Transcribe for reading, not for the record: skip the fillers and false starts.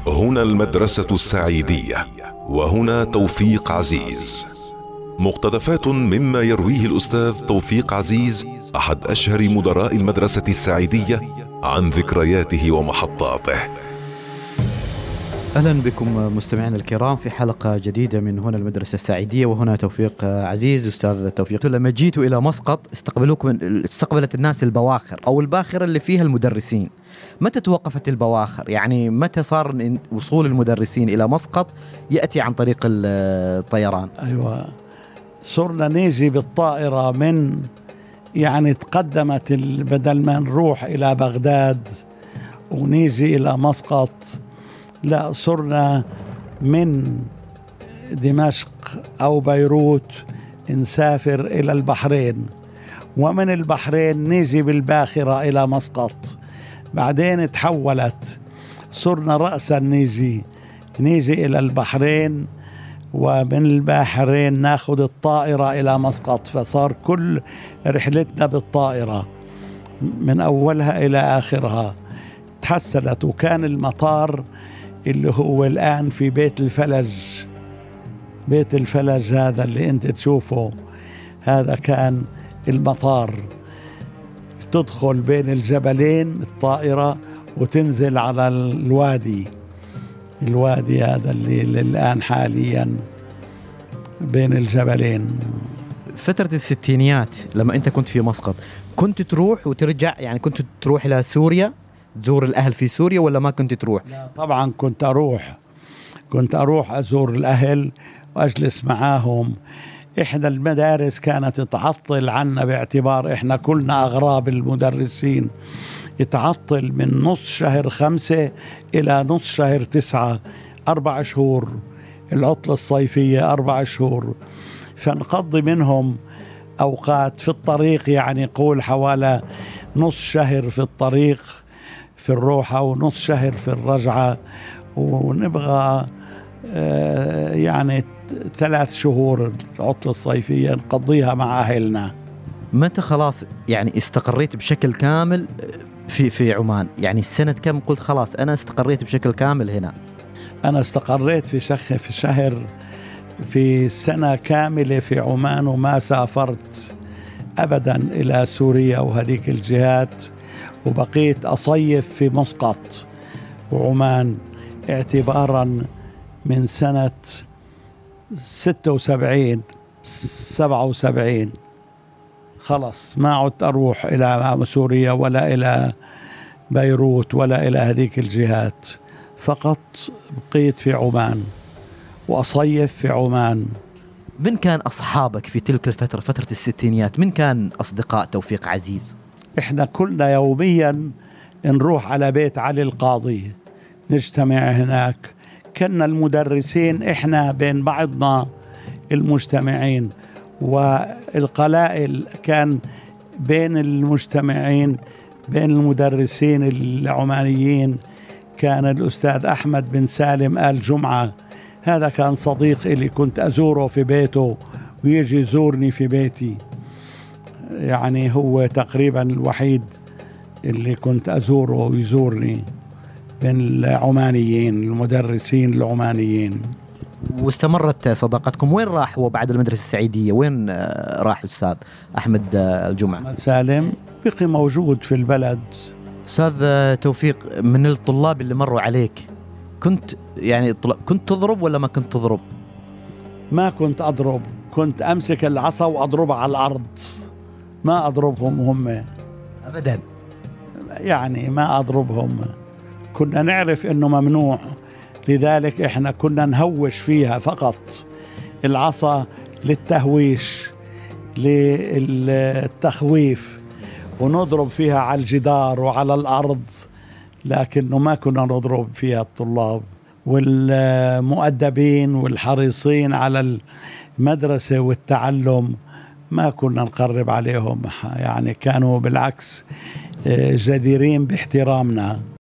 هنا المدرسة السعيدية، وهنا توفيق عزيز. مقتطفات مما يرويه الأستاذ توفيق عزيز أحد أشهر مدراء المدرسة السعيدية عن ذكرياته ومحطاته. أهلا بكم مستمعينا الكرام في حلقة جديدة من هنا المدرسة السعيدية، وهنا توفيق عزيز. أستاذ توفيق، لما جيتوا إلى مسقط استقبلت الناس البواخر أو الباخرة اللي فيها المدرسين. متى توقفت البواخر؟ يعني متى صار وصول المدرسين إلى مسقط يأتي عن طريق الطيران؟ أيوة، صرنا نيجي بالطائرة من تقدمت بدل ما نروح إلى بغداد ونيجي إلى مسقط، لا، صرنا من دمشق أو بيروت نسافر إلى البحرين، ومن البحرين نيجي بالباخرة إلى مسقط. بعدين تحولت، صرنا رأسا نيجي إلى البحرين، ومن البحرين ناخد الطائرة إلى مسقط. فصار كل رحلتنا بالطائرة من أولها إلى آخرها. تحسنت، وكان المطار اللي هو الآن في بيت الفلج هذا اللي انت تشوفه، هذا كان المطار. تدخل بين الجبلين الطائرة وتنزل على الوادي هذا اللي الآن حاليا بين الجبلين. فترة الستينيات لما أنت كنت في مسقط، كنت تروح وترجع؟ يعني كنت تروح إلى سوريا تزور الأهل في سوريا ولا ما كنت تروح؟ لا طبعا كنت أروح أزور الأهل وأجلس معاهم. إحدى المدارس كانت تعطل عنا باعتبار إحنا كلنا أغراب المدرسين، يتعطل من نص شهر 5 إلى نص شهر 9، 4 شهور العطلة الصيفية، 4 شهور. فنقضي منهم أوقات في الطريق، قول حوالي نص شهر في الطريق في الروحة ونص شهر في الرجعة، ونبغى 3 شهور العطلة الصيفية نقضيها مع أهلنا. متى خلاص استقريت بشكل كامل في عمان؟ السنة كم قلت خلاص أنا استقريت بشكل كامل هنا؟ أنا استقريت في سنة كاملة في عمان، وما سافرت أبدا إلى سوريا وهذيك الجهات، وبقيت أصيف في مسقط وعمان اعتبارا من سنة 76 77. خلص ما عدت أروح إلى سوريا ولا إلى بيروت ولا إلى هذيك الجهات، فقط بقيت في عمان وأصيف في عمان. من كان أصحابك في تلك الفترة، فترة الستينيات؟ من كان أصدقاء توفيق عزيز؟ إحنا كلنا يوميا نروح على بيت علي القاضي نجتمع هناك. كنا المدرسين إحنا بين بعضنا المجتمعين، والقلائل كان بين المجتمعين بين المدرسين العمانيين. كان الأستاذ أحمد بن سالم آل جمعة، هذا كان صديق إلي، كنت أزوره في بيته ويجي يزورني في بيتي. هو تقريبا الوحيد اللي كنت أزوره ويزورني بين العمانيين، المدرسين العمانيين. واستمرت صداقتكم. وين راح هو بعد المدرسة السعيدية؟ وين راح الأستاذ أحمد الجمعة؟ أحمد سالم بقي موجود في البلد. أستاذ توفيق، من الطلاب اللي مروا عليك كنت كنت تضرب ولا ما كنت تضرب؟ ما كنت أضرب، كنت أمسك العصا وأضربها على الأرض، ما أضربهم هم أبدا. ما أضربهم، كنا نعرف إنه ممنوع، لذلك إحنا كنا نهوش فيها فقط. العصا للتهويش، للتخويف، ونضرب فيها على الجدار وعلى الأرض، لكنه ما كنا نضرب فيها الطلاب. والمؤدبين والحريصين على المدرسة والتعلم ما كنا نقرب عليهم، كانوا بالعكس جديرين باحترامنا.